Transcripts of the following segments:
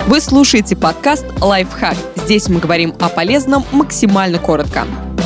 Вы слушаете подкаст «Лайфхак». Здесь мы говорим о полезном максимально коротко.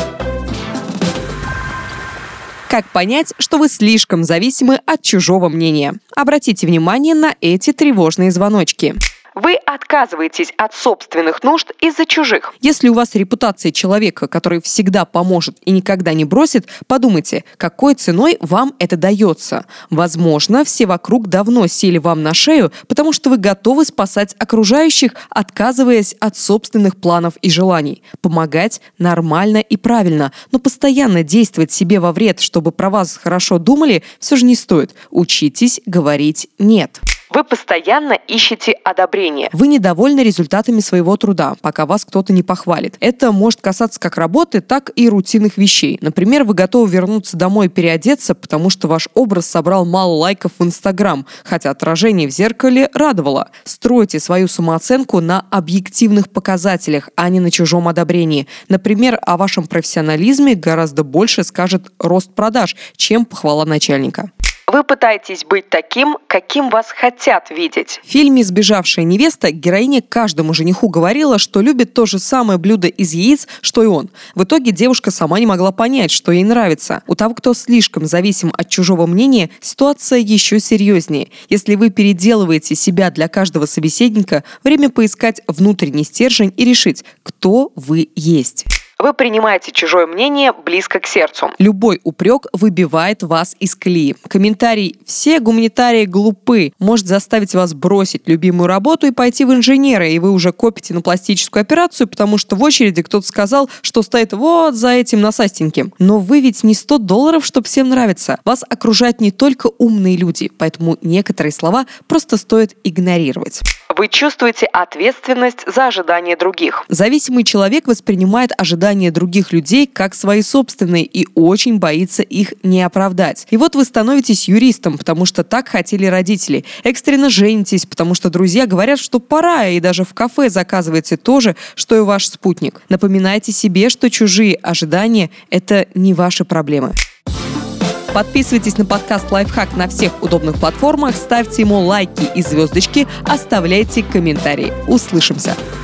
Как понять, что вы слишком зависимы от чужого мнения? Обратите внимание на эти тревожные звоночки. Вы отказываетесь от собственных нужд из-за чужих. Если у вас репутация человека, который всегда поможет и никогда не бросит, подумайте, какой ценой вам это дается. Возможно, все вокруг давно сели вам на шею, потому что вы готовы спасать окружающих, отказываясь от собственных планов и желаний. Помогать нормально и правильно, но постоянно действовать себе во вред, чтобы про вас хорошо думали, все же не стоит. Учитесь говорить «нет». Вы постоянно ищете одобрение. Вы недовольны результатами своего труда, пока вас кто-то не похвалит. Это может касаться как работы, так и рутинных вещей. Например, вы готовы вернуться домой и переодеться, потому что ваш образ собрал мало лайков в Инстаграм, хотя отражение в зеркале радовало. Стройте свою самооценку на объективных показателях, а не на чужом одобрении. Например, о вашем профессионализме гораздо больше скажет рост продаж, чем похвала начальника. Вы пытаетесь быть таким, каким вас хотят видеть. В фильме «Сбежавшая невеста» героиня каждому жениху говорила, что любит то же самое блюдо из яиц, что и он. В итоге девушка сама не могла понять, что ей нравится. У того, кто слишком зависим от чужого мнения, ситуация еще серьезнее. Если вы переделываете себя для каждого собеседника, время поискать внутренний стержень и решить, кто вы есть. Вы принимаете чужое мнение близко к сердцу. Любой упрек выбивает вас из колеи. Комментарий «все гуманитарии глупы» может заставить вас бросить любимую работу и пойти в инженеры, и вы уже копите на пластическую операцию, потому что в очереди кто-то сказал, что стоит вот за этим насастеньким. Но вы ведь не $100, чтобы всем нравиться. Вас окружают не только умные люди, поэтому некоторые слова просто стоит игнорировать. Вы чувствуете ответственность за ожидания других. Зависимый человек воспринимает ожидания других людей как свои собственные и очень боится их не оправдать. И вот вы становитесь юристом, потому что так хотели родители. Экстренно женитесь, потому что друзья говорят, что пора, и даже в кафе заказываете то же, что и ваш спутник. Напоминайте себе, что чужие ожидания – это не ваши проблемы. Подписывайтесь на подкаст «Лайфхак» на всех удобных платформах, ставьте ему лайки и звездочки, оставляйте комментарии. Услышимся!